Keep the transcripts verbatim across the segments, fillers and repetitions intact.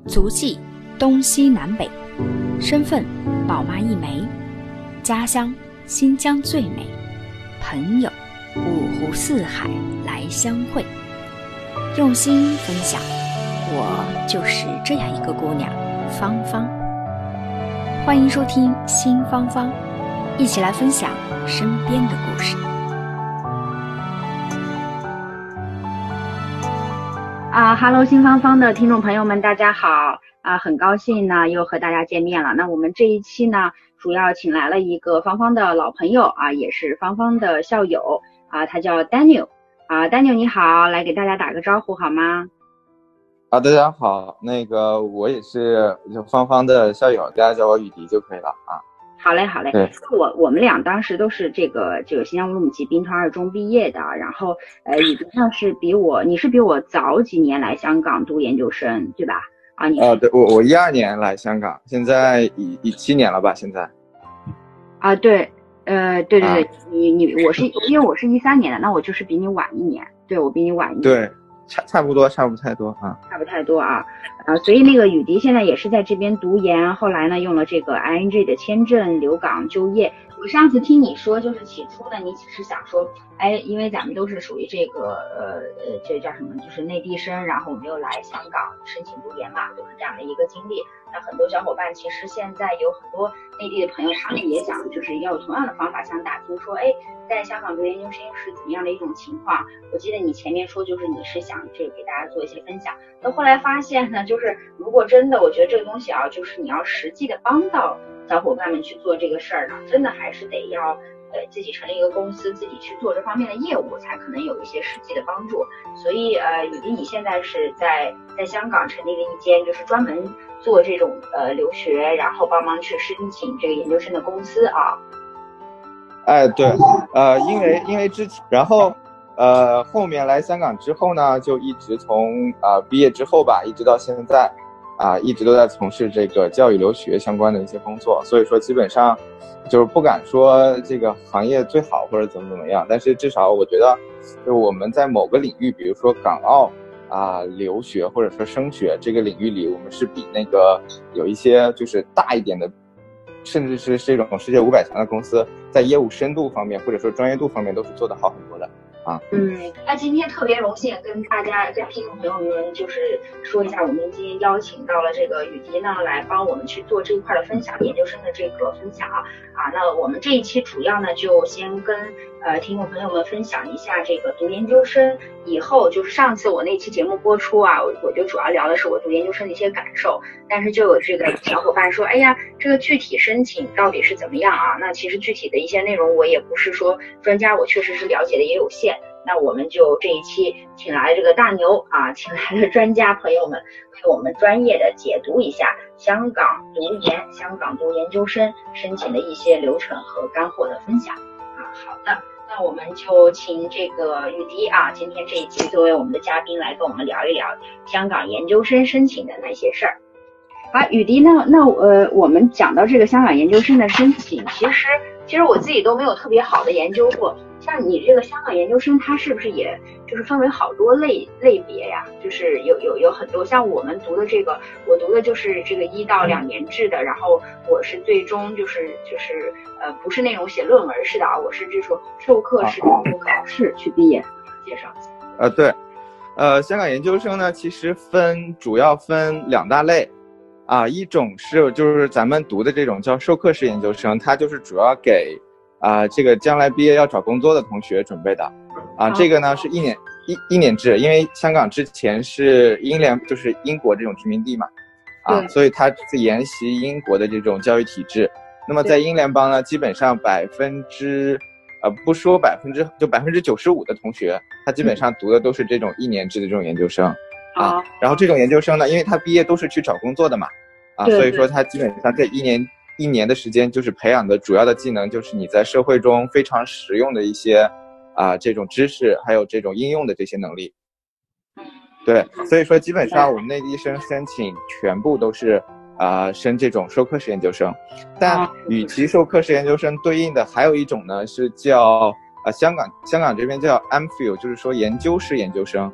足迹东西南北，身份宝妈一枚，家乡新疆最美，朋友五湖四海来相会，用心分享。我就是这样一个姑娘，芳芳。欢迎收听新芳芳，一起来分享身边的故事。 啊哈喽，新芳芳的听众朋友们，大家好啊！很高兴呢又和大家见面了。那我们这一期呢，主要请来了一个芳芳的老朋友啊，也是芳芳的校友啊，他叫 Daniel 啊 ，Daniel 你好，来给大家打个招呼好吗？ 啊，大家好，那个我也是就芳芳的校友，大家叫我雨迪就可以了啊。 好嘞，好嘞。我我们俩当时都是这个这个新疆乌鲁木齐兵团二中毕业的，然后呃，雨迪呢是比我，你是比我早几年来香港读研究生，对吧？啊，你啊，对，我我一二年来香港，现在一一七年了吧？现在。 啊，对，呃，对对对， 啊、 你你我是因为我是一三年的，那我就是比你晚一年，对我比你晚一年。 对。差差不多，差不太多啊， 差不太多啊，啊，所以那个雨迪现在也是在这边读研，后来呢用了这个 I N G 的签证留港就业。我上次听你说，就是起初呢，你只是想说，哎，因为咱们都是属于这个呃呃，这叫什么，就是内地生，然后我们又来香港申请读研嘛，都是这样的一个经历。那很多小伙伴其实现在有很多内地的朋友，他们也想就是要有同样的方法，想打听说，哎，在香港读研究生是怎么样的一种情况。我记得你前面说，就是你是想这个给大家做一些分享。那后来发现呢，就是如果真的，我觉得这个东西啊，就是你要实际的帮到小伙伴们去做这个事儿呢，真的还是得要呃自己成立一个公司，自己去做这方面的业务，才可能有一些实际的帮助。所以呃，雨迪你现在是在在香港成立了一间就是专门做这种呃留学，然后帮忙去申请这个研究生的公司啊。 哎，对，呃，因为因为之前，然后呃后面来香港之后呢，就一直从啊、呃、毕业之后吧，一直到现在。啊，一直都在从事这个教育留学相关的一些工作，所以说基本上就是不敢说这个行业最好或者怎么怎么样，但是至少我觉得，就是我们在某个领域，比如说港澳啊留学或者说升学这个领域里，我们是比那个有一些就是大一点的，甚至是这种世界五百强的公司，在业务深度方面或者说专业度方面都是做得好很多的。啊， 嗯，那今天特别荣幸跟大家跟听众朋友们就是说一下，我们今天邀请到了这个雨迪呢，来帮我们去做这一块的分享，研究生的这个分享啊。啊，那我们这一期主要呢，就先跟呃听众朋友们分享一下这个读研究生以后，就是上次我那期节目播出啊，我我就主要聊的是我读研究生的一些感受，但是就有这个小伙伴说，哎呀，这个具体申请到底是怎么样啊？那其实具体的一些内容我也不是说专家，我确实是了解的也有限。那我们就这一期请来这个大牛啊，请来了专家朋友们为我们专业的解读一下香港读研、香港读研究生申请的一些流程和干货的分享啊。好的，那我们就请这个雨迪啊，今天这一期作为我们的嘉宾来跟我们聊一聊香港研究生申请的那些事儿。啊，雨迪呢？那呃，我们讲到这个香港研究生的申请，其实其实我自己都没有特别好的研究过。像你这个香港研究生，它是不是也就是分为好多类类别呀？就是有有有很多，像我们读的这个，我读的就是这个一到两年制的，然后我是最终就是就是呃不是那种写论文式的啊，我是这种授课式的考试去毕业。介绍一下。 呃，对，呃，香港研究生呢，其实分主要分两大类。啊，一种是就是咱们读的这种叫授课式研究生，它就是主要给啊这个将来毕业要找工作的同学准备的。啊，这个呢是一年一一年制，因为香港之前是英联，就是英国这种殖民地嘛，啊，所以它是沿袭英国的这种教育体制。那么在英联邦呢，基本上百分之呃不说百分之就百分之九十五的同学，他基本上读的都是这种一年制的这种研究生。啊，然后这种研究生呢，因为他毕业都是去找工作的嘛，啊，所以说他基本上这一年一年的时间，就是培养的主要的技能，就是你在社会中非常实用的一些啊这种知识，还有这种应用的这些能力。对，所以说基本上我们内地生申请全部都是啊申这种授课式研究生，但与其授课式研究生对应的还有一种呢，是叫啊香港香港这边叫 M Phil， 就是说研究式研究生。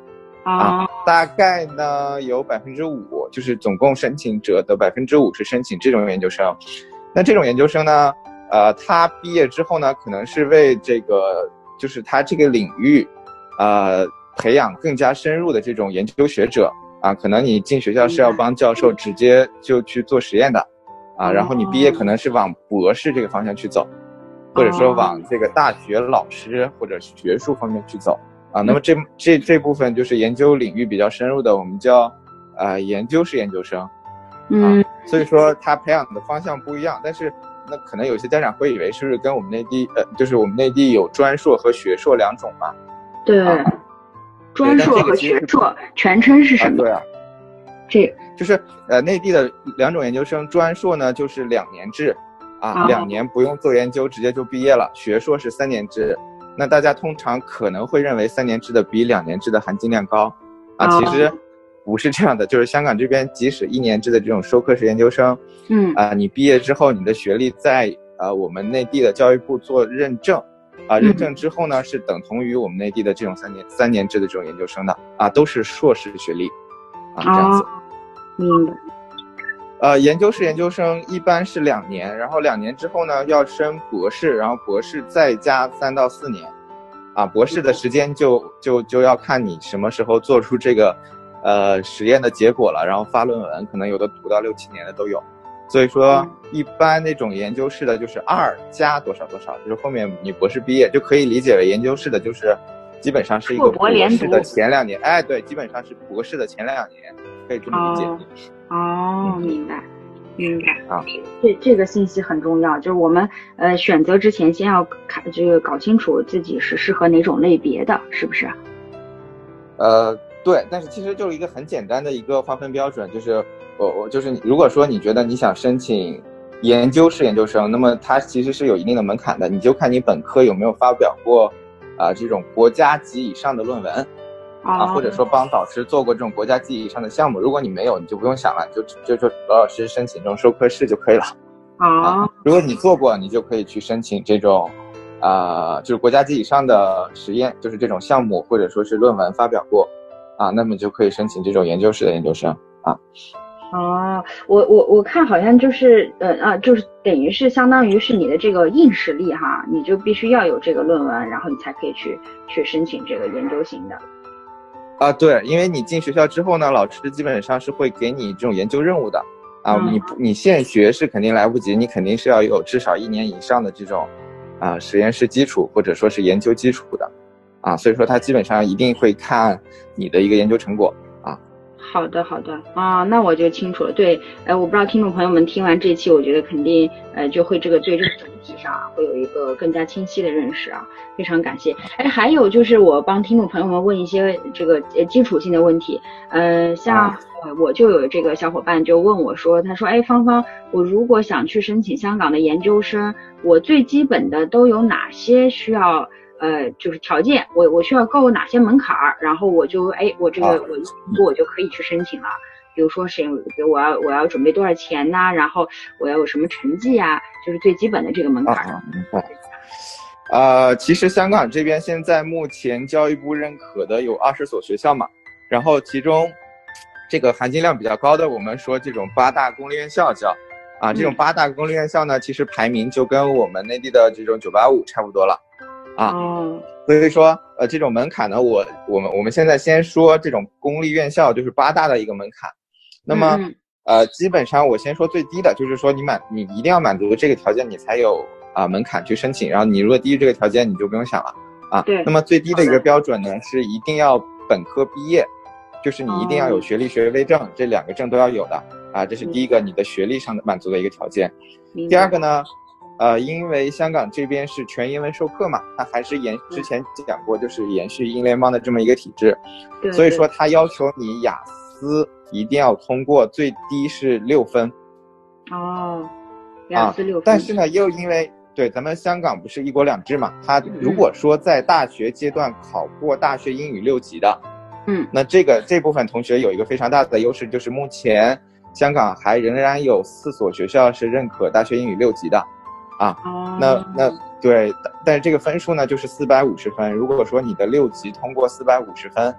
啊，大概呢有百分之五，就是总共申请者的百分之五是申请这种研究生。那这种研究生呢，呃，他毕业之后呢，可能是为这个就是他这个领域，呃，培养更加深入的这种研究学者啊。可能你进学校是要帮教授直接就去做实验的啊，然后你毕业可能是往博士这个方向去走，或者说往这个大学老师或者学术方面去走啊。那么这这这部分就是研究领域比较深入的，我们叫呃研究式研究生。 嗯， 所以说他培养的方向不一样，但是那可能有些家长会以为是不是跟我们内地呃，就是我们内地有专硕和学硕两种嘛？ 对，啊、专硕和学硕全称是什么？ 啊对啊， 这就是呃内地的两种研究生，专硕呢就是两年制啊， 哦、 两年不用做研究直接就毕业了，学硕是三年制。那大家通常可能会认为三年制的比两年制的含金量高啊， 哦、 其实不是这样的，就是香港这边即使一年制的这种授课式研究生， 嗯啊、呃，你毕业之后，你的学历在呃我们内地的教育部做认证，啊、呃，认证之后呢、嗯、是等同于我们内地的这种三年三年制的这种研究生的啊，都是硕士学历啊，这样子。 哦，明白。 呃，研究式研究生一般是两年，然后两年之后呢要升博士，然后博士再加三到四年，啊，博士的时间就就就要看你什么时候做出这个。呃，实验的结果了，然后发论文，可能有的读到六七年的都有，所以说一般那种研究室的就是二加多少多少，就是后面你博士毕业就可以理解为研究室的，就是基本上是一个博士的前两年，哎，对，基本上是博士的前两年，可以这么理解。 哦，哦嗯、明白，明白啊， 这这个信息很重要，就是我们呃选择之前先要看这个搞清楚自己是适合哪种类别的，是不是？ 呃。对，但是其实就是一个很简单的一个划分标准，就是我我就是你，如果说你觉得你想申请研究式研究生，那么它其实是有一定的门槛的，你就看你本科有没有发表过啊、呃、这种国家级以上的论文啊，或者说帮导师做过这种国家级以上的项目。如果你没有，你就不用想了，就就就老老实实申请这种授课式就可以了。啊，如果你做过，你就可以去申请这种啊、呃、就是国家级以上的实验，就是这种项目或者说是论文发表过。啊，那么就可以申请这种研究式的研究生啊。 哦，我我我看好像就是呃啊，就是等于是相当于是你的这个硬实力哈，你就必须要有这个论文，然后你才可以去去申请这个研究型的。 啊，对，因为你进学校之后呢，老师基本上是会给你这种研究任务的啊，嗯、你你现学是肯定来不及，你肯定是要有至少一年以上的这种啊实验室基础或者说是研究基础的。啊，所以说他基本上一定会看你的一个研究成果啊。 好的，好的啊，那我就清楚了。对，呃，我不知道听众朋友们听完这期，我觉得肯定呃就会这个对这个整体上啊会有一个更加清晰的认识啊，非常感谢。哎，还有就是我帮听众朋友们问一些这个呃基础性的问题，呃，像呃我就有这个小伙伴就问我说，他说，哎，芳芳，我如果想去申请香港的研究生，我最基本的都有哪些需要？呃，就是条件，我我需要够哪些门槛儿，然后我就哎，我这个我我就可以去申请了。比如说谁，比如我要我要准备多少钱呐、啊，然后我要有什么成绩啊，就是最基本的这个门槛儿。 啊，明白。呃，其实香港这边现在目前教育部认可的有二十所学校嘛，然后其中这个含金量比较高的，我们说这种八大公立院校叫啊，这种八大公立院校呢，其实排名就跟我们内地的这种九八五差不多了。啊， 哦， 所以说，呃，这种门槛呢，我我们我们现在先说这种公立院校，就是八大的一个门槛。那么， 嗯、 呃，基本上我先说最低的，就是说你满你一定要满足这个条件，你才有啊、呃、门槛去申请。然后你如果低于这个条件，你就不用想了啊。 对。 那么最低的一个标准呢，是一定要本科毕业，就是你一定要有学历学位证，哦、这两个证都要有的啊。这是第一个，你的学历上的满足的一个条件。第二个呢？呃，因为香港这边是全英文授课嘛，它还是延之前讲过，就是延续英联邦的这么一个体制， 对， 所以说它要求你雅思一定要通过，最低是六分。 哦，雅思六分。 啊、但是呢，又因为对咱们香港不是一国两制嘛，它如果说在大学阶段考过大学英语六级的， 嗯， 那这个这部分同学有一个非常大的优势，就是目前香港还仍然有四所学校是认可大学英语六级的。啊，那那对，但是这个分数呢就是四百五十分。如果说你的六级通过四百五十分，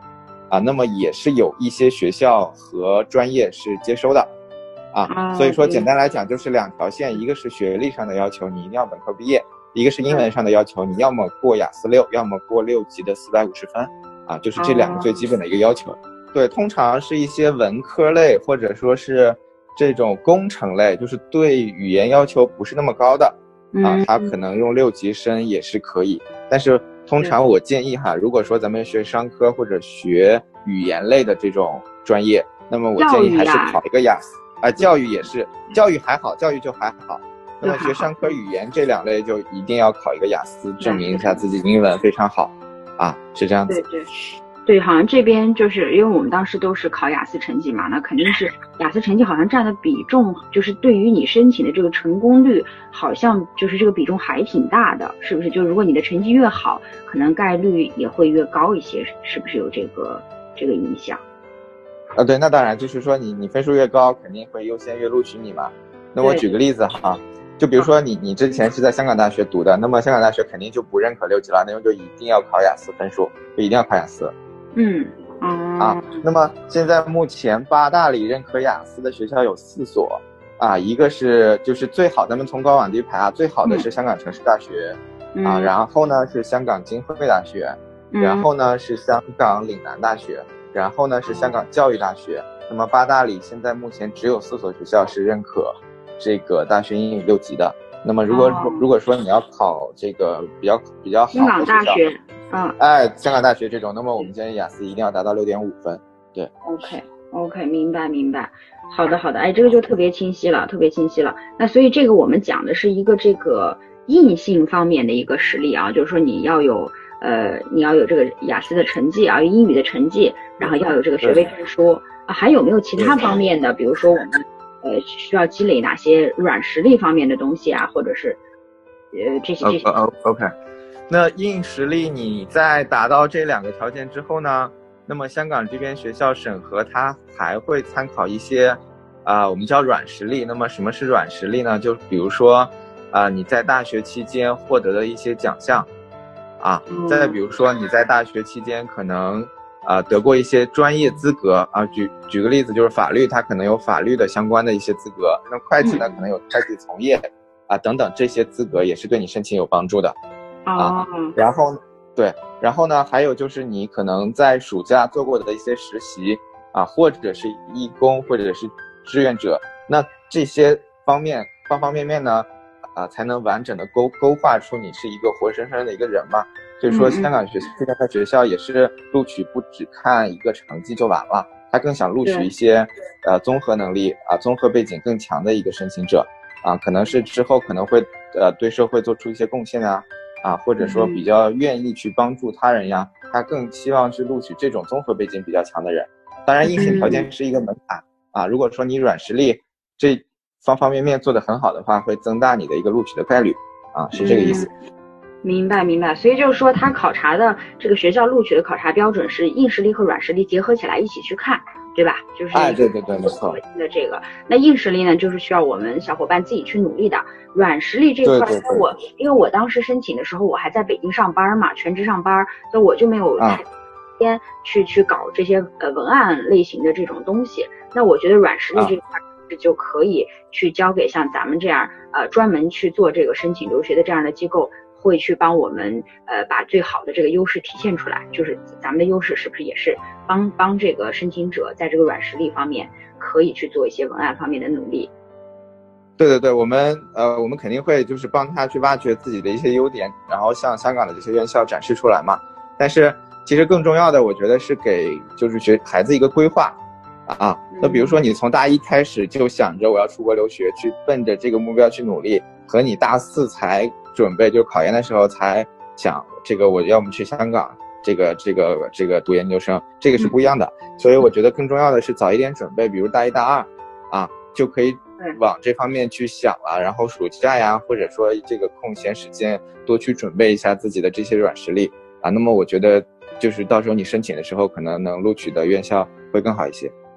啊，那么也是有一些学校和专业是接收的啊，所以说简单来讲就是两条线，一个是学历上的要求，你一定要本科毕业，一个是英文上的要求，你要么过雅思六，要么过六级的四百五十分啊，就是这两个最基本的一个要求。对，通常是一些文科类或者说是这种工程类，就是对语言要求不是那么高的啊，它可能用六级生也是可以。但是通常我建议哈，如果说咱们学商科或者学语言类的这种专业，那么我建议还是考一个雅思啊。教育也是，教育还好，教育就还好。那么学商科语言这两类就一定要考一个雅思，证明一下自己英文非常好啊，是这样子。 对对对，好像这边就是因为我们当时都是考雅思成绩嘛，那肯定是雅思成绩好像占的比重，就是对于你申请的这个成功率，好像就是这个比重还挺大的，是不是？就如果你的成绩越好，可能概率也会越高一些，是不是有这个这个影响？ 啊，对，那当然，就是说你你分数越高，肯定会优先越录取你嘛。那我举个例子哈，就比如说你你之前是在香港大学读的，那么香港大学肯定就不认可六级了，那么就一定要考雅思分数，就一定要考雅思。 嗯嗯啊，那么现在目前八大里认可雅思的学校有四所啊，一个是就是最好，咱们从高往低排啊，最好的是香港城市大学、嗯、啊，然后呢是香港浸会大学、嗯，然后呢是香港岭南大学，然后呢是香港教育大学。那么八大里现在目前只有四所学校是认可这个大学英语六级的。那么如果、哦、如果说你要考这个比较比较好的学校， 香港大学。嗯， 哎，香港大学这种，那么我们建议雅思一定要达到六点五分。对 ，OK OK， 明白明白。好的好的，哎，这个就特别清晰了，特别清晰了。那所以这个我们讲的是一个这个硬性方面的一个实力啊，就是说你要有呃你要有这个雅思的成绩啊，英语的成绩，然后要有这个学位证书啊，还有没有其他方面的？比如说我们呃需要积累哪些软实力方面的东西啊，或者是呃这些这些。 哦哦 OK。那硬实力你在达到这两个条件之后呢，那么香港这边学校审核它还会参考一些啊、呃，我们叫软实力。那么什么是软实力呢？就比如说啊、呃，你在大学期间获得的一些奖项啊，再比如说你在大学期间可能啊、呃、得过一些专业资格啊，举举个例子，就是法律，它可能有法律的相关的一些资格，那会计呢可能有会计从业啊等等，这些资格也是对你申请有帮助的。啊，然后对，然后呢，还有就是你可能在暑假做过的一些实习啊，或者是义工，或者是志愿者，那这些方面方方面面呢，啊，才能完整的勾勾画出你是一个活生生的一个人嘛。所以说，香港学这边的学校也是录取不只看一个成绩就完了，他更想录取一些呃综合能力啊、综合背景更强的一个申请者啊，可能是之后可能会呃对社会做出一些贡献啊。啊，或者说比较愿意去帮助他人呀，他更希望去录取这种综合背景比较强的人。当然，硬性条件是一个门槛啊。如果说你软实力这方方面面做得很好的话，会增大你的一个录取的概率啊，是这个意思。 嗯、明白明白。所以就是说，他考察的这个学校录取的考察标准是硬实力和软实力结合起来一起去看。对吧？就是哎，对对对，没错。 的这个，那硬实力呢，就是需要我们小伙伴自己去努力的。软实力这块，因为我因为我当时申请的时候，我还在北京上班嘛，全职上班，所以我就没有太时间去、啊、去搞这些呃文案类型的这种东西。那我觉得软实力这块就可以去交给像咱们这样呃专门去做这个申请留学的这样的机构。会去帮我们呃把最好的这个优势体现出来，就是咱们的优势是不是也是帮帮这个申请者在这个软实力方面可以去做一些文案方面的努力。 对对对，我们呃我们肯定会就是帮他去挖掘自己的一些优点，然后向香港的这些院校展示出来嘛。但是其实更重要的，我觉得是给就是学孩子一个规划啊。那比如说你从大一开始就想着我要出国留学，去奔着这个目标去努力，和你大四才准备就考研的时候才想这个我要么去香港这个这个这个读研究生，这个是不一样的。所以我觉得更重要的是早一点准备，比如大一大二啊就可以往这方面去想了，然后暑假呀或者说这个空闲时间多去准备一下自己的这些软实力啊。那么我觉得就是到时候你申请的时候可能能录取的院校会更好一些啊。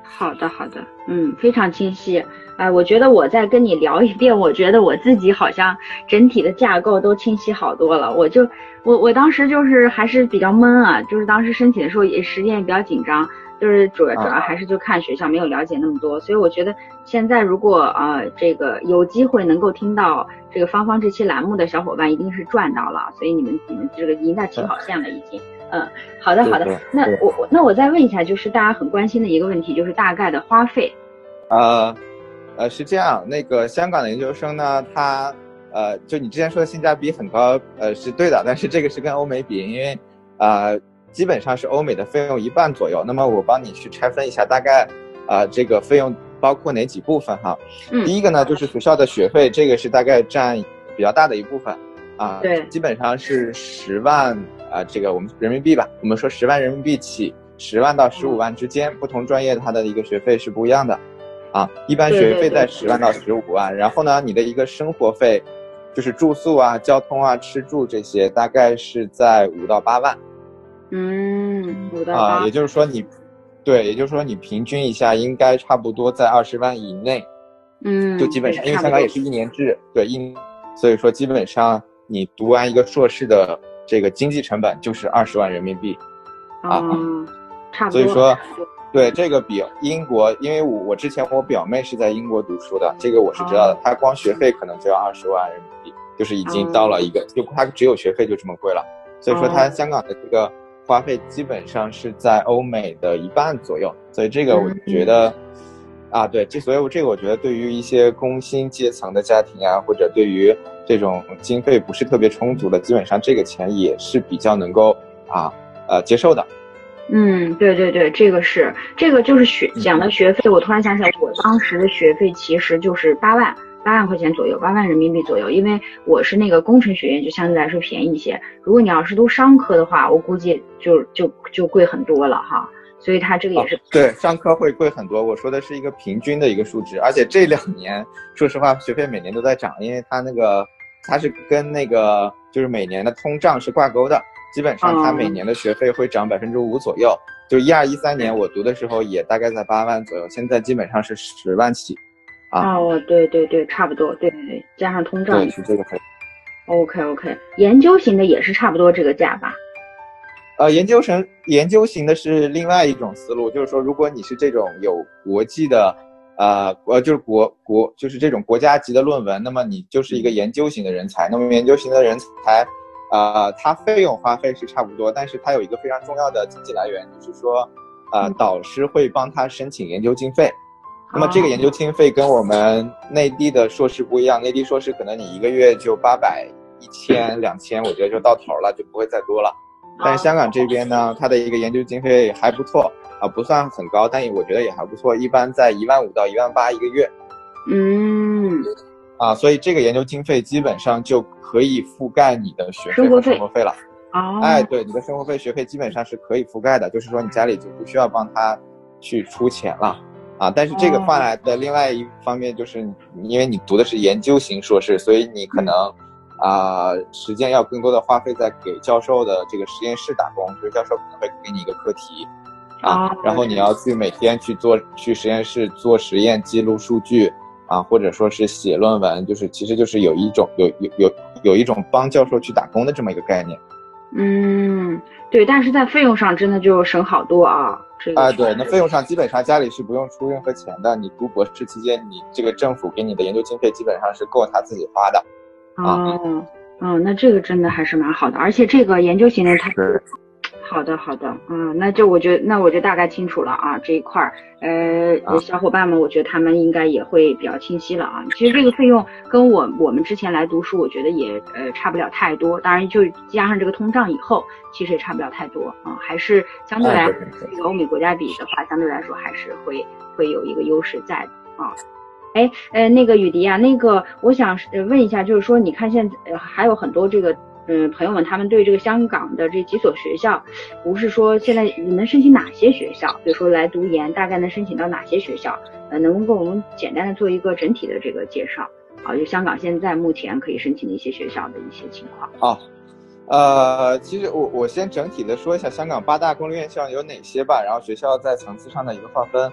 好的，好的，嗯，非常清晰。哎、呃，我觉得我再跟你聊一遍，我觉得我自己好像整体的架构都清晰好多了。我就我我当时就是还是比较懵啊，就是当时申请的时候也时间也比较紧张，就是主要主要还是就看学校，没有了解那么多。所以我觉得现在如果呃这个有机会能够听到这个芳芳这期栏目的小伙伴，一定是赚到了。所以你们你们这个已经在起跑线了，已经。嗯，好的好的。那我我那我再问一下，就是大家很关心的一个问题，就是大概的花费。 呃。呃，是这样，那个香港的研究生呢，他呃，就你之前说的性价比很高，呃，是对的，但是这个是跟欧美比，因为呃，基本上是欧美的费用一半左右。那么我帮你去拆分一下，大概呃，这个费用包括哪几部分哈？嗯、第一个呢，就是学校的学费，这个是大概占比较大的一部分啊，对，基本上是十万啊、呃，这个我们人民币吧，我们说十万人民币起，十万到十五万之间，不同专业它的一个学费是不一样的。啊，一般学费在十万到十五万，然后呢，你的一个生活费，就是住宿啊、交通啊、吃住这些，大概是在五到八万。 嗯，五到八。 啊，也就是说你，对，也就是说你平均一下，应该差不多在二十万以内。 嗯， 就基本上，因为香港也是一年制，对一，所以说基本上你读完一个硕士的这个经济成本就是二十万人民币。啊， 嗯、差不多。 所以说。对，这个比英国，因为我我之前我表妹是在英国读书的，这个我是知道的，她光学费可能就要二十万人民币，就是已经到了一个，就她只有学费就这么贵了，所以说她香港的这个花费基本上是在欧美的一半左右，所以这个我觉得，啊对，这所以这个我觉得对于一些工薪阶层的家庭啊，或者对于这种经费不是特别充足的，基本上这个钱也是比较能够啊呃接受的。 嗯，对对对，这个是这个就是学讲的学费，我突然想起来，我当时的学费其实就是八万八万块钱左右，八万人民币左右，因为我是那个工程学院，就相对来说便宜一些。如果你要是读商科的话，我估计就就就贵很多了哈。所以它这个也是、 哦、对，商科会贵很多。我说的是一个平均的一个数值，而且这两年说实话，学费每年都在涨，因为它那个它是跟那个就是每年的通胀是挂钩的。基本上它每年的学费会涨百分之五左右，就一二一三年我读的时候也大概在八万左右，现在基本上是十万起。啊， 哦，对对对，差不多，对对对，加上通胀， 对，是这个费。 OK OK， 研究型的也是差不多这个价吧？ 呃，研究生研究型的是另外一种思路，就是说，如果你是这种有国际的，呃呃，就是国国就是这种国家级的论文，那么你就是一个研究型的人才。那么研究型的人才。呃，它费用花费是差不多，但是它有一个非常重要的经济来源，就是说，呃，导师会帮他申请研究经费。那么这个研究经费跟我们内地的硕士不一样，内地硕士可能你一个月就八百、一千、两千，我觉得就到头了，就不会再多了。但是香港这边呢，它的一个研究经费还不错啊，不算很高，但我觉得也还不错，一般在一万五到一万八一个月。 嗯。 啊，所以这个研究经费基本上就可以覆盖你的学费和生活费了。 哦， 哎，对，你的生活费、学费基本上是可以覆盖的，就是说你家里就不需要帮他去出钱了啊。但是这个换来的另外一方面就是，因为你读的是研究型硕士，所以你可能啊、呃、时间要更多的花费在给教授的这个实验室打工，就是教授可能会给你一个课题啊，然后你要去每天去做去实验室做实验，记录数据。啊，或者说是写论文，就是其实就是有一种有有有有一种帮教授去打工的这么一个概念。 嗯，对，但是在费用上真的就省好多啊。这个啊，对，那费用上基本上家里是不用出任何钱的。你读博士期间，你这个政府给你的研究经费基本上是够他自己花的。 哦，嗯、哦，那这个真的还是蛮好的，而且这个研究型的它是。好的，好的，嗯，那就我觉得，那我就大概清楚了啊，这一块儿，呃，啊、小伙伴们，我觉得他们应该也会比较清晰了啊。其实这个费用跟我我们之前来读书，我觉得也呃差不了太多。当然，就加上这个通胀以后，其实也差不了太多啊，还是相对来这个欧美国家比的话，相对来说还是会会有一个优势在的啊。哎，呃，那个雨迪啊，那个我想问一下，就是说，你看现在、呃、还有很多这个。嗯，朋友们，他们对这个香港的这几所学校，不是说现在你能申请哪些学校，比如说来读研，大概能申请到哪些学校？呃，能跟我们简单的做一个整体的这个介绍啊？就香港现在目前可以申请的一些学校的一些情况。 好、哦，呃，其实我我先整体的说一下香港八大公立院校有哪些吧，然后学校在层次上的一个划分。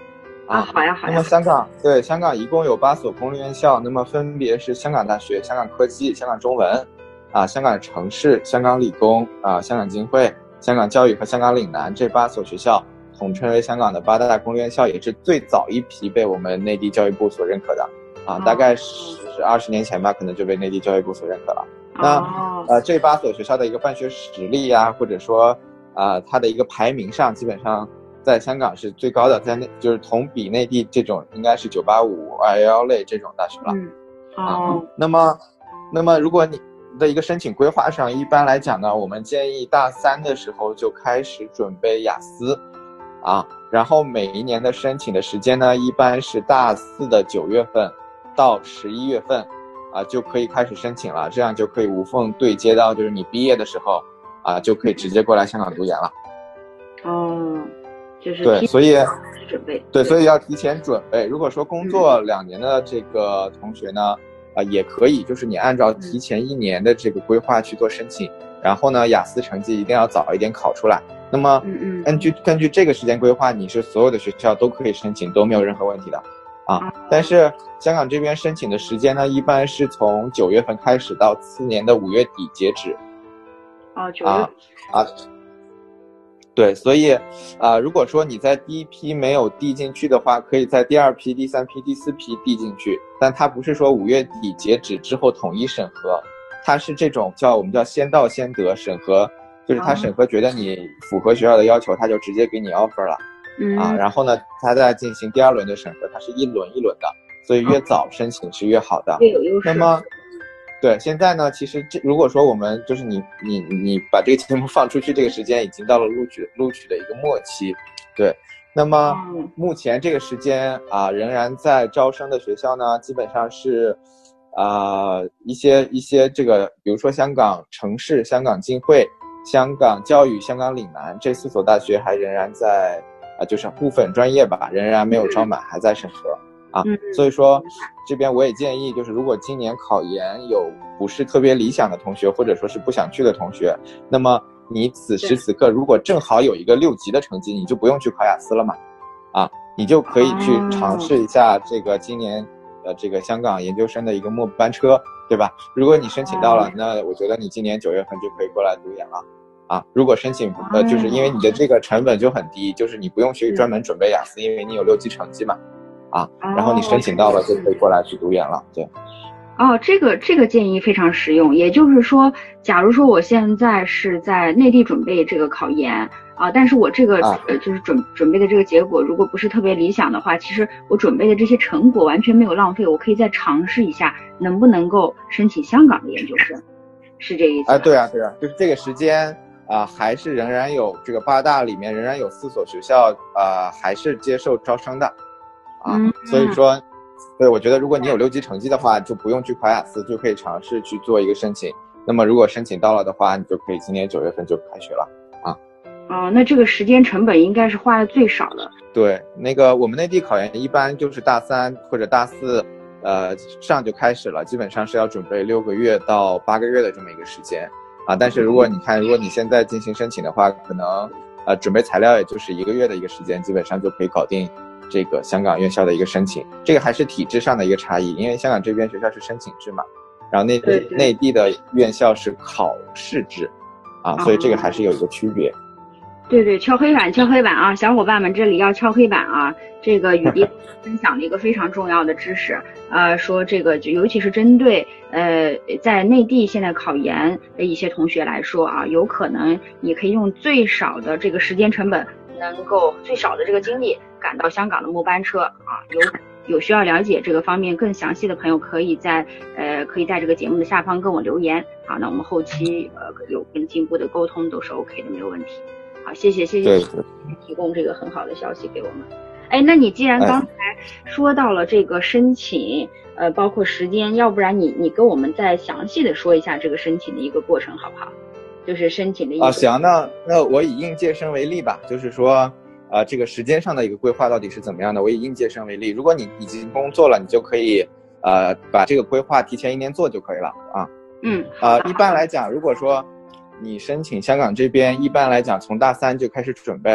啊，好呀好呀。 那么香港对香港一共有八所公立院校，那么分别是香港大学、香港科技、香港中文，啊，香港城市、香港理工啊，香港浸会、香港教育和香港岭南这八所学校，统称为香港的八大公立院校，也是最早一批被我们内地教育部所认可的啊，大概是二十年前吧，可能就被内地教育部所认可了。那呃，这八所学校的一个办学实力啊，或者说啊、呃，它的一个排名上，基本上在香港是最高的，在内就是同比内地这种应该是九八五、二幺幺类这种大学了。 嗯，哦、 啊，那么，那么如果你的一个申请规划上，一般来讲呢，我们建议大三的时候就开始准备雅思，啊，然后每一年的申请的时间呢，一般是大四的九月份到十一月份。啊，就可以开始申请了，这样就可以无缝对接到，就是你毕业的时候，啊，就可以直接过来香港读研了。 哦，就是对，所以准备对，所以要提前准备。如果说工作两年的这个同学呢，啊，也可以，就是你按照提前一年的这个规划去做申请，然后呢，雅思成绩一定要早一点考出来。那么，根据根据这个时间规划，你是所有的学校都可以申请，都没有任何问题的。啊，但是香港这边申请的时间呢，一般是从九月份开始到次年的五月底截止。 哦，九月啊啊，对，所以啊，如果说你在第一批没有递进去的话，可以在第二批、第三批、第四批递进去，但它不是说五月底截止之后统一审核，它是这种叫我们叫先到先得审核，就是他审核觉得你符合学校的要求，他就直接给你 offer 了。 嗯啊，然后呢，他再进行第二轮的审核，它是一轮一轮的，所以越早申请是越好的。 越有优势。 那么，对，现在呢，其实这如果说我们就是你你你把这个节目放出去，这个时间已经到了录取录取的一个末期，对。那么目前这个时间啊，仍然在招生的学校呢，基本上是，啊、呃、一些一些这个，比如说香港城市、香港浸会、香港教育、香港岭南这四所大学还仍然在。啊，就是部分专业吧，仍然没有招满，还在审核啊。所以说，这边我也建议，就是如果今年考研有不是特别理想的同学，或者说是不想去的同学，那么你此时此刻如果正好有一个六级的成绩，你就不用去考雅思了嘛，啊，你就可以去尝试一下这个今年呃这个香港研究生的一个末班车，对吧？如果你申请到了，那我觉得你今年九月份就可以过来读研了。啊，如果申请呃，就是因为你的这个成本就很低，就是你不用去专门准备雅思，因为你有六级成绩嘛，啊，然后你申请到了就可以过来去读研了，对。 哦，这个这个建议非常实用。也就是说，假如说我现在是在内地准备这个考研啊，但是我这个、啊、呃就是准准备的这个结果如果不是特别理想的话，其实我准备的这些成果完全没有浪费，我可以再尝试一下能不能够申请香港的研究生，是这意思？ 啊，对啊，对啊，就是这个时间。啊，还是仍然有这个八大里面仍然有四所学校，呃，还是接受招生的，啊，嗯、所以说，对，我觉得如果你有六级成绩的话，就不用去考雅思，就可以尝试去做一个申请。那么如果申请到了的话，你就可以今年九月份就开学了，啊。 哦，那这个时间成本应该是花的最少的。 对，那个我们内地考研一般就是大三或者大四，呃，上就开始了，基本上是要准备六个月到八个月的这么一个时间。啊，但是如果你看，如果你现在进行申请的话，可能呃准备材料也就是一个月的一个时间，基本上就可以搞定这个香港院校的一个申请。这个还是体制上的一个差异，因为香港这边学校是申请制嘛，然后内地内地的院校是考试制，啊，所以这个还是有一个区别。 对对，敲黑板，敲黑板啊！小伙伴们，这里要敲黑板啊！这个雨滴分享了一个非常重要的知识，呃，说这个尤其是针对呃在内地现在考研的一些同学来说啊，有可能你可以用最少的这个时间成本，能够最少的这个精力赶到香港的末班车啊！有有需要了解这个方面更详细的朋友，可以在呃可以在这个节目的下方跟我留言啊，那我们后期呃有更进一步的沟通都是 OK 的，没有问题。好，谢谢谢谢提供这个很好的消息给我们。哎，那你既然刚才说到了这个申请，呃，包括时间，要不然你你跟我们再详细的说一下这个申请的一个过程，好不好？就是申请的一个。 啊，行，那那我以应届生为例吧，就是说，呃，这个时间上的一个规划到底是怎么样的？我以应届生为例，如果你已经工作了，你就可以呃把这个规划提前一年做就可以了啊。 嗯。 啊、呃，一般来讲，如果说你申请香港这边，一般来讲从大三就开始准备了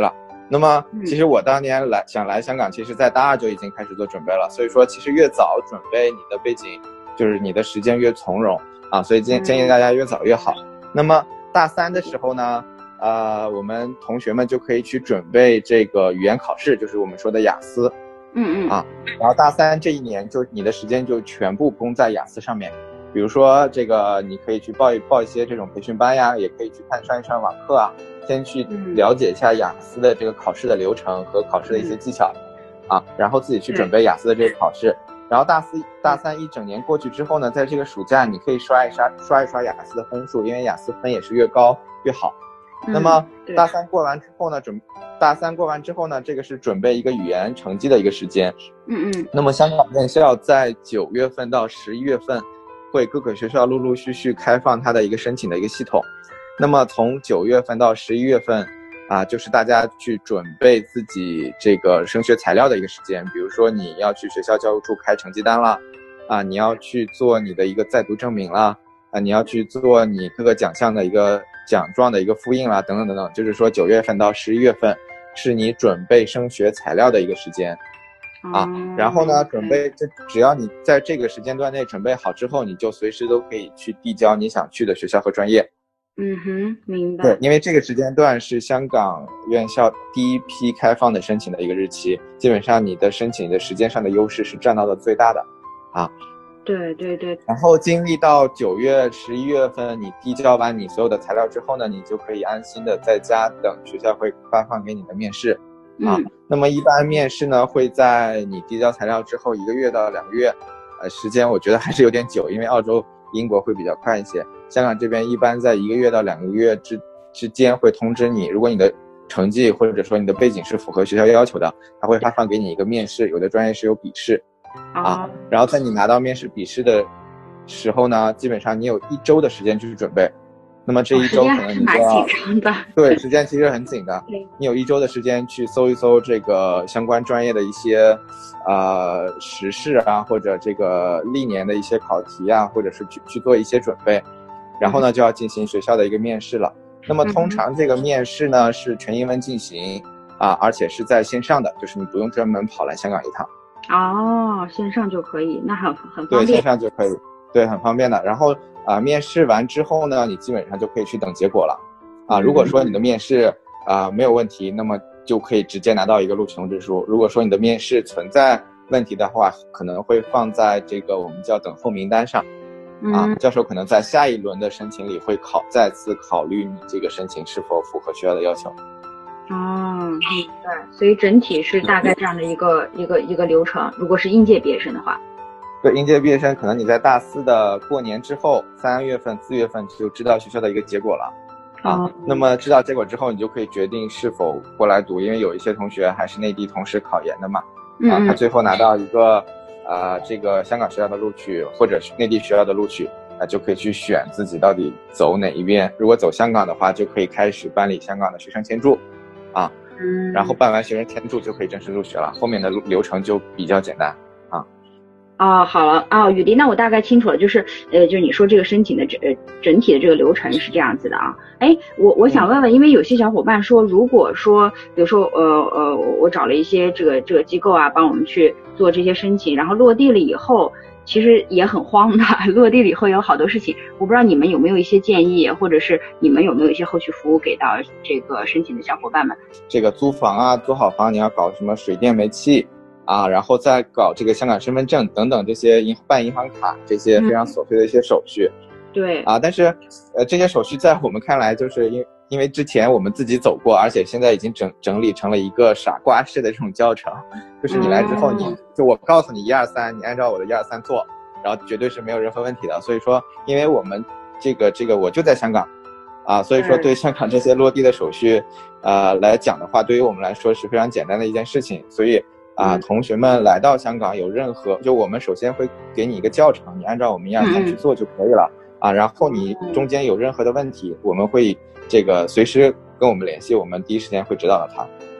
那么其实我当年来想来香港，其实在大二就已经开始做准备了，所以说其实越早准备，你的背景就是你的时间越从容啊，所以建建议大家越早越好。那么大三的时候呢，呃，我们同学们就可以去准备这个语言考试，就是我们说的雅思。 嗯嗯啊，然后大三这一年就你的时间就全部攻在雅思上面，比如说这个你可以去报一报一些这种培训班呀，也可以去看上一上网课啊，先去了解一下雅思的这个考试的流程和考试的一些技巧，啊，然后自己去准备雅思的这个考试。然后大四大三一整年过去之后呢，在这个暑假你可以刷一刷刷一刷雅思的分数，因为雅思分也是越高越好。那么大三过完之后呢，准大三过完之后呢，这个是准备一个语言成绩的一个时间。 嗯嗯。 那么香港院校在九月份到十一月份，会各个学校陆陆续续开放它的一个申请的一个系统。那么从九月份到十一月份，啊，就是大家去准备自己这个升学材料的一个时间。比如说你要去学校教务处开成绩单啦，啊，你要去做你的一个在读证明啦，啊，你要去做你各个奖项的一个奖状的一个复印啦，等等等等。就是说九月份到十一月份是你准备升学材料的一个时间啊。然后呢，准备这只要你在这个时间段内准备好之后，你就随时都可以去递交你想去的学校和专业。 嗯哼，明白。 对，因为这个时间段是香港院校第一批开放的申请的一个日期，基本上你的申请的时间上的优势是占到了最大的啊。 对对对。然后经历到九月、十一月份，你递交完你所有的材料之后呢，你就可以安心的在家等学校会发放给你的面试啊。 嗯、 那么一般面试呢会在你递交材料之后一个月到两个月，呃，时间我觉得还是有点久，因为澳洲、英国会比较快一些。香港这边一般在一个月到两个月之之间会通知你，如果你的成绩或者说你的背景是符合学校要求的，他会发放给你一个面试，有的专业是有笔试啊。然后在你拿到面试笔试的时候呢，基本上你有一周的时间去准备。那么这一周可能你就要、 哦、时间还是蛮紧张的。 对，时间其实很紧的。你有一周的时间去搜一搜这个相关专业的一些呃时事啊，或者这个历年的一些考题啊，或者是去去做一些准备。然后呢，就要进行学校的一个面试了。那么通常这个面试呢是全英文进行啊，而且是在线上的，就是你不用专门跑来香港一趟。 哦，线上就可以，那很很方便。 对，线上就可以，对，很方便的。然后啊，面试完之后呢，你基本上就可以去等结果了。啊，如果说你的面试啊没有问题，那么就可以直接拿到一个录取通知书。如果说你的面试存在问题的话，可能会放在这个我们叫等候名单上。啊，教授可能在下一轮的申请里会考再次考虑你这个申请是否符合学校的要求。 哦，明白。所以整体是大概这样的一个一个一个流程。如果是应届毕业生的话， 对，应届毕业生可能你在大四的过年之后，三月份、四月份就知道学校的一个结果了。啊， 哦、 那么知道结果之后，你就可以决定是否过来读，因为有一些同学还是内地同时考研的嘛。啊，他最后拿到一个。啊，这个香港学校的录取或者是内地学校的录取，啊，就可以去选自己到底走哪一边。如果走香港的话，就可以开始办理香港的学生签注，啊， 嗯， 然后办完学生签注就可以正式入学了。后面的流程就比较简单，啊。 哦，好了，哦，雨迪，那我大概清楚了，就是，呃，就是你说这个申请的整呃整体的这个流程是这样子的啊。哎，我我想问问，因为有些小伙伴说，如果说，比如说，呃呃，我找了一些这个这个机构啊，帮我们去做这些申请，然后落地了以后，其实也很慌的，落地了以后有好多事情，我不知道你们有没有一些建议，或者是你们有没有一些后续服务给到这个申请的小伙伴们？ 这个租房啊，租好房你要搞什么水电煤气？啊，然后再搞这个香港身份证等等这些银办银行卡这些非常琐碎的一些手续， 嗯、对啊，但是呃这些手续在我们看来，就是因因为之前我们自己走过，而且现在已经整整理成了一个傻瓜式的这种教程，就是你来之后你，你、嗯、就我告诉你一二三，你按照我的一二三做，然后绝对是没有任何问题的。所以说，因为我们这个这个我就在香港，啊，所以说对香港这些落地的手续，呃来讲的话，对于我们来说是非常简单的一件事情，所以。啊，同学们来到香港有任何，就我们首先会给你一个教程，你按照我们一二三去做就可以了、嗯、啊。然后你中间有任何的问题，我们会这个随时跟我们联系，我们第一时间会指导到他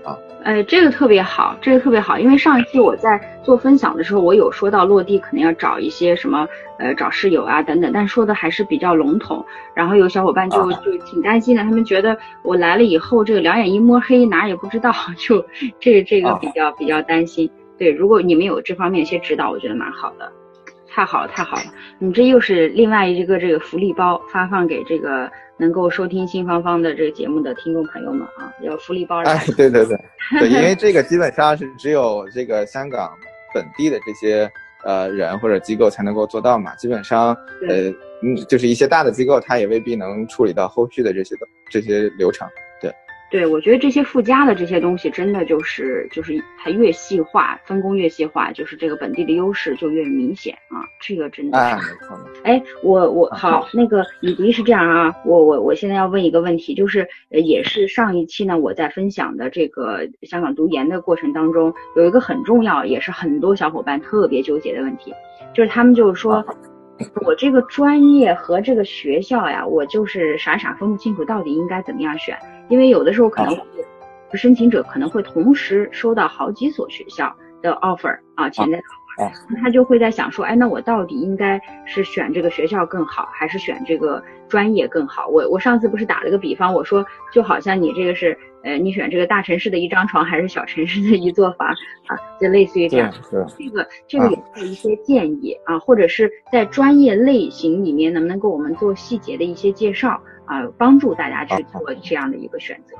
啊。 哎，这个特别好，这个特别好，因为上一期我在做分享的时候，我有说到落地可能要找一些什么，呃，找室友啊等等，但说的还是比较笼统。然后有小伙伴就就挺担心的，他们觉得我来了以后，这个两眼一摸黑，哪儿也不知道，就这这个比较比较担心。对，如果你们有这方面一些指导，我觉得蛮好的。太好了，太好了！你这又是另外一个这个福利包，发放给这个能够收听新芳芳的这个节目的听众朋友们啊，有福利包。 哎，对对对对，因为这个基本上是只有这个香港本地的这些呃人或者机构才能够做到嘛，基本上呃嗯就是一些大的机构，它也未必能处理到后续的这些的这些流程。对。 对，我觉得这些附加的这些东西，真的就是就是它越细化，分工越细化，就是这个本地的优势就越明显啊。这个真的是。 哎，没错。 哎，我我好，那个以迪是这样啊，我我我现在要问一个问题，就是呃也是上一期呢我在分享的这个香港读研的过程当中，有一个很重要，也是很多小伙伴特别纠结的问题，就是他们就是说。我这个专业和这个学校呀，我就是傻傻分不清楚到底应该怎么样选，因为有的时候可能申请者可能会同时收到好几所学校的 offer 啊，潜在的 offer，他就会在想说，哎，那我到底应该是选这个学校更好，还是选这个专业更好？我我上次不是打了个比方，我说就好像你这个是呃，你选这个大城市的一张床，还是小城市的一座房啊？就类似于这样。这个这个有没有一些建议啊，啊，或者是在专业类型里面，能不能给我们做细节的一些介绍啊，帮助大家去做这样的一个选择？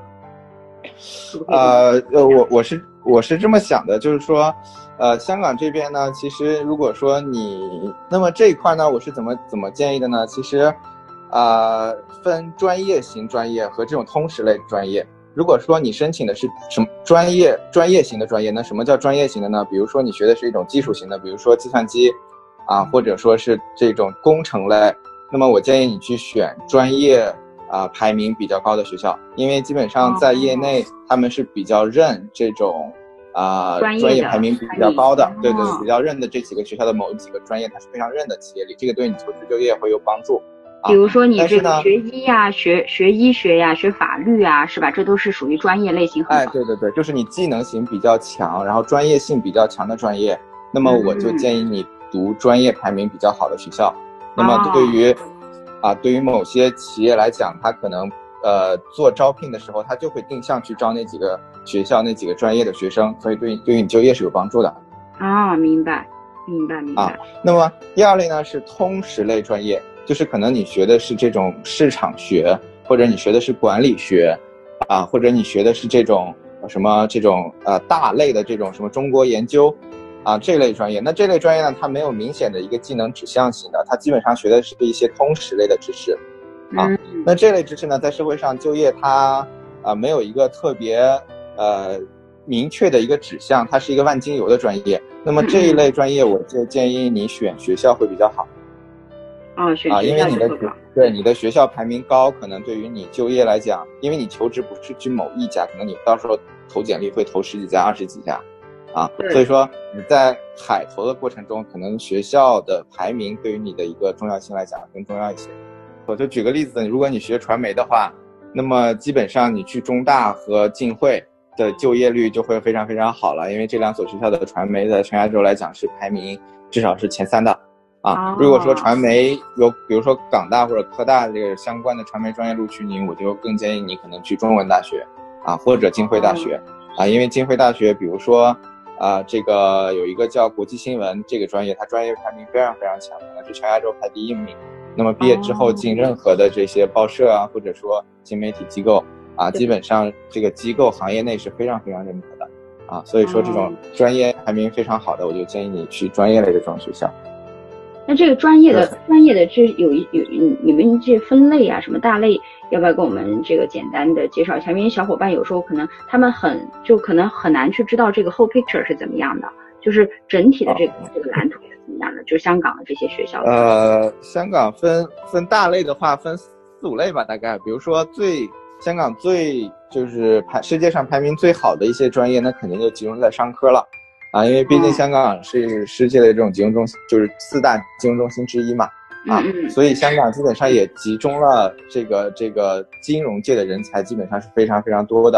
呃呃，我我是我是这么想的，就是说，呃，香港这边呢，其实如果说你，那么这一块呢，我是怎么怎么建议的呢？其实，呃，分专业型专业和这种通识类专业。如果说你申请的是什么专业专业型的专业，那什么叫专业型的呢？比如说你学的是一种技术型的，比如说计算机啊，或者说是这种工程类，那么我建议你去选专业啊排名比较高的学校，因为基本上在业内他们是比较认这种啊专业排名比较高的，对对，比较认的这几个学校的某几个专业，它是非常认的企业里，这个对你求职就业会有帮助。 比如说你这个学医呀、学学医学呀、学法律啊，是吧？这都是属于专业类型很高。 哎，对对对，就是你技能型比较强，然后专业性比较强的专业，那么我就建议你读专业排名比较好的学校。嗯、那么对于、哦、啊，对于某些企业来讲，他可能呃做招聘的时候，他就会定向去招那几个学校、那几个专业的学生，所以对对于你就业是有帮助的。 啊、哦，明白，明白，明白。 啊，那么第二类呢是通识类专业。就是可能你学的是这种市场学，或者你学的是管理学，啊，或者你学的是这种什么这种呃大类的这种什么中国研究，啊这类专业。那这类专业呢，它没有明显的一个技能指向型的，它基本上学的是一些通识类的知识，啊，那这类知识呢，在社会上就业它啊没有一个特别呃明确的一个指向，它是一个万金油的专业。那么这一类专业，我就建议你选学校会比较好。 哦，选啊，因为你的对你的学校排名高，可能对于你就业来讲，因为你求职不是去某一家，可能你到时候投简历会投十几家、二十几家，啊，所以说你在海投的过程中，可能学校的排名对于你的一个重要性来讲更重要一些。我就举个例子，如果你学传媒的话，那么基本上你去中大和浸会的就业率就会非常非常好了，因为这两所学校的传媒在全亚洲来讲是排名至少是前三的。啊，如果说传媒有，比如说港大或者科大这个相关的传媒专业录取你，我就更建议你可能去中文大学，啊，或者浸会大学，啊，因为浸会大学，比如说，啊，这个有一个叫国际新闻这个专业，它专业排名非常非常强，可能是全亚洲排第一名。那么毕业之后进任何的这些报社啊，或者说新媒体机构啊，基本上这个机构行业内是非常非常认可的，啊，所以说这种专业排名非常好的，我就建议你去专业类的这种学校。 那这个专业的专业的这有一有你们这分类啊，什么大类，要不要跟我们这个简单的介绍一下？因为小伙伴有时候可能他们很就可能很难去知道这个 whole picture 是怎么样的，就是整体的这个、哦、这个蓝图是怎么样的？就是香港的这些学校。 呃，香港分分大类的话，分四五类吧，大概。比如说最香港最就是排世界上排名最好的一些专业，那肯定就集中在商科了。啊，因为毕竟香港是世界的这种金融中心，就是四大金融中心之一嘛，啊，所以香港基本上也集中了这个这个金融界的人才，基本上是非常非常多的，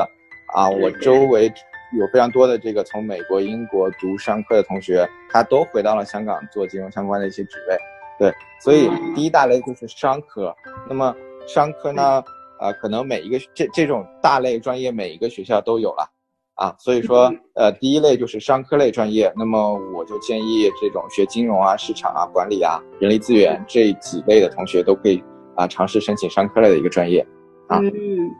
啊，我周围有非常多的这个从美国、英国读商科的同学，他都回到了香港做金融相关的一些职位。对，所以第一大类就是商科。那么商科呢，呃，可能每一个这这种大类专业每一个学校都有了啊，所以说呃，第一类就是商科类专业。那么我就建议这种学金融啊、市场啊、管理啊、人力资源这几类的同学都可以啊尝试申请商科类的一个专业啊。 嗯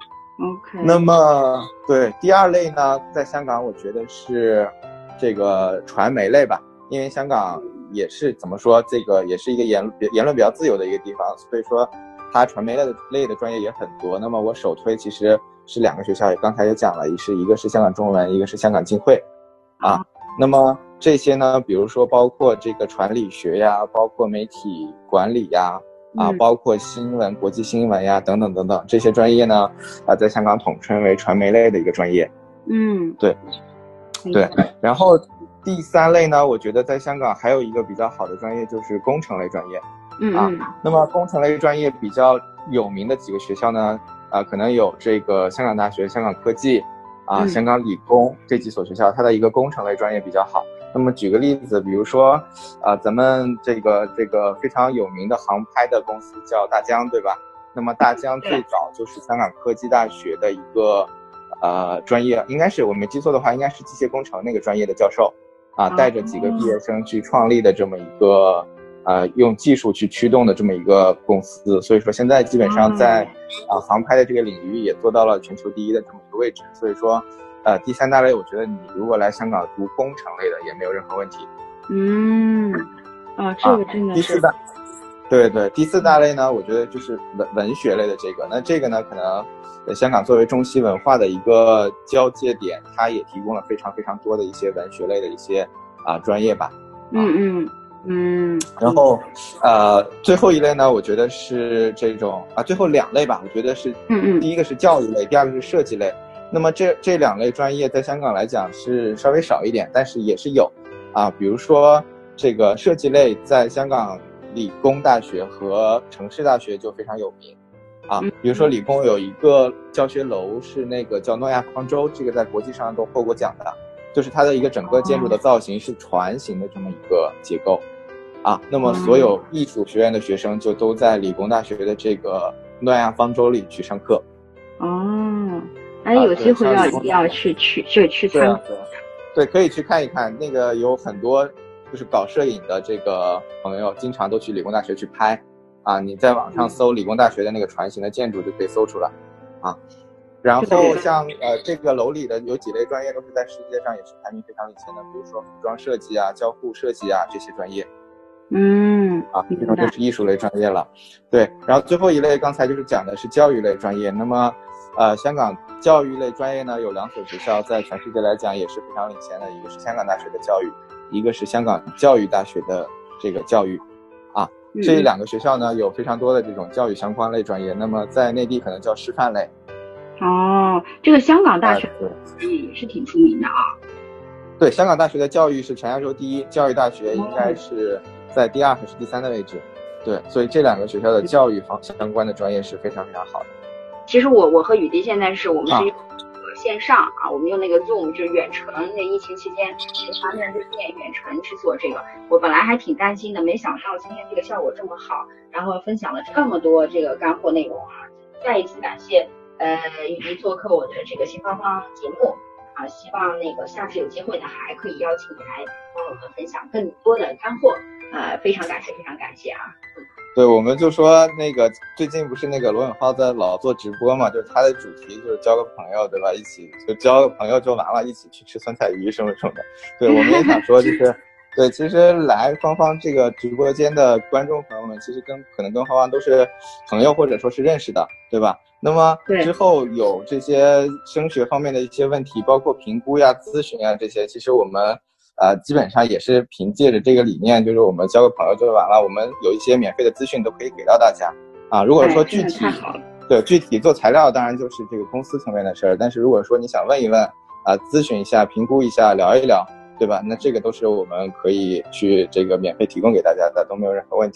，OK。 那么对第二类呢，在香港我觉得是这个传媒类吧，因为香港也是怎么说，这个也是一个言言论比较自由的一个地方，所以说它传媒类的类的专业也很多。那么我首推其实是两个学校，刚才也讲了，一是一个是香港中文，一个是香港浸会啊。那么这些呢，比如说包括这个传理学呀，包括媒体管理呀，啊，包括新闻、国际新闻呀，等等等等，这些专业呢，啊，在香港统称为传媒类的一个专业。 嗯， 对，对。然后第三类呢，我觉得在香港还有一个比较好的专业就是工程类专业。 嗯啊，那么工程类专业比较有名的几个学校呢，啊，可能有这个香港大学、香港科技，啊， 嗯、 香港理工这几所学校，它的一个工程类专业比较好。那么举个例子，比如说，啊，咱们这个这个非常有名的航拍的公司叫大疆，对吧？那么大疆最早就是香港科技大学的一个呃专业，应该是我没记错的话，应该是机械工程那个专业的教授，啊，带着几个毕业生去创立的这么一个。呃，用技术去驱动的这么一个公司，所以说现在基本上在啊、呃、航拍的这个领域也做到了全球第一的这么一个位置。所以说，呃，第三大类，我觉得你如果来香港读工程类的也没有任何问题。 嗯，啊，这个真的是。啊、 第四大，对对，第四大类呢，我觉得就是文文学类的这个。那这个呢，可能呃香港作为中西文化的一个交界点，它也提供了非常非常多的一些文学类的一些啊、呃、专业吧。啊、 嗯嗯。嗯， 然后，呃，最后一类呢，我觉得是这种啊，最后两类吧，我觉得是， 嗯嗯， 第一个是教育类，第二个是设计类。那么这这两类专业在香港来讲是稍微少一点，但是也是有，啊，比如说这个设计类，在香港理工大学和城市大学就非常有名，啊，比如说理工有一个教学楼是那个叫诺亚方舟，这个在国际上都获过奖的。就是它的一个整个建筑的造型是船形的这么一个结构，啊，那么所有艺术学院的学生就都在理工大学的这个诺亚方舟里去上课。 哦，哎，有机会要、啊、要去去就去参观。 对，可以去看一看。那个有很多就是搞摄影的这个朋友，经常都去理工大学去拍，啊，你在网上搜理工大学的那个船形的建筑就可以搜出来，啊。然后像呃这个楼里的有几类专业都是在世界上也是排名非常领先的，比如说服装设计啊、交互设计啊这些专业。 嗯， 啊，这种就是艺术类专业了。对，然后最后一类刚才就是讲的是教育类专业。那么，呃，香港教育类专业呢有两所学校在全世界来讲也是非常领先的，一个是香港大学的教育，一个是香港教育大学的这个教育。啊，这两个学校呢有非常多的这种教育相关类专业，那么在内地可能叫师范类。 哦，这个香港大学也是挺出名的啊。 对，香港大学的教育是全亚洲第一，教育大学应该是在第二还是第三的位置。对，所以这两个学校的教育方相关的专业是非常非常好的。 其实我我和雨迪现在是我们是用线上啊，我们用那个 Zoom 就是远程，那疫情期间经常面对面远程去做这个。我本来还挺担心的，没想到今天这个效果这么好，然后分享了这么多这个干货内容啊！再一次感谢。呃，雨迪做客我的这个新方方节目啊，希望那个下次有机会呢，还可以邀请你来帮我们分享更多的干货，呃，非常感谢，非常感谢啊。 对，我们就说那个最近不是那个罗永浩在老做直播嘛，就是他的主题就是交个朋友，对吧？一起就交个朋友就完了，一起去吃酸菜鱼什么什么的。对，我们也想说就是。对，其实来芳芳这个直播间的观众朋友们，其实跟可能跟芳芳都是朋友或者说是认识的，对吧？那么之后有这些升学方面的一些问题，包括评估呀、咨询呀这些，其实我们呃基本上也是凭借着这个理念，就是我们交个朋友就完了。我们有一些免费的资讯都可以给到大家啊。如果说具体对具体做材料，当然就是这个公司层面的事儿。但是如果说你想问一问啊，咨询一下、评估一下、聊一聊。对吧？那这个都是我们可以去这个免费提供给大家的，都没有任何问题啊。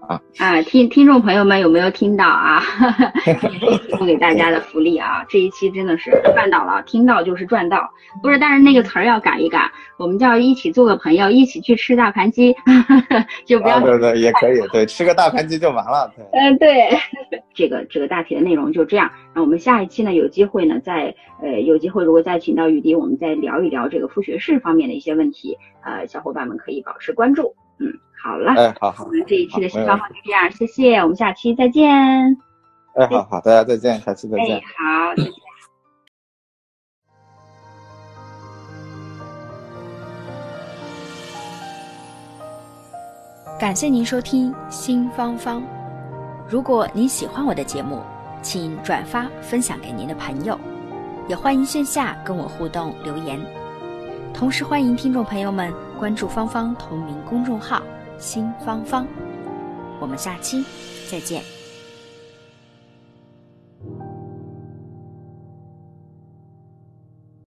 啊。 啊，听听众朋友们有没有听到啊？也是提供给大家的福利啊！这一期真的是赚到了，听到就是赚到，不是？但是那个词儿要改一改，我们叫一起做个朋友，一起去吃大盘鸡，就不要、 啊、对对也可以，对，吃个大盘鸡就完了。对， 嗯、呃，对，这个这个大体的内容就这样。那我们下一期呢，有机会呢，再呃有机会如果再请到雨迪，我们再聊一聊这个复学式方面的一些问题，呃，小伙伴们可以保持关注。嗯，好了， 哎，好好， 我们这一期的新方法就这样，谢谢，我们下期再见。 哎，好好，大家再见，下期再见。 哎，好，再见。 感谢您收听新方方。如果您喜欢我的节目，请转发分享给您的朋友，也欢迎线下跟我互动留言。同时欢迎听众朋友们关注芳芳同名公众号新芳芳。我们下期再见。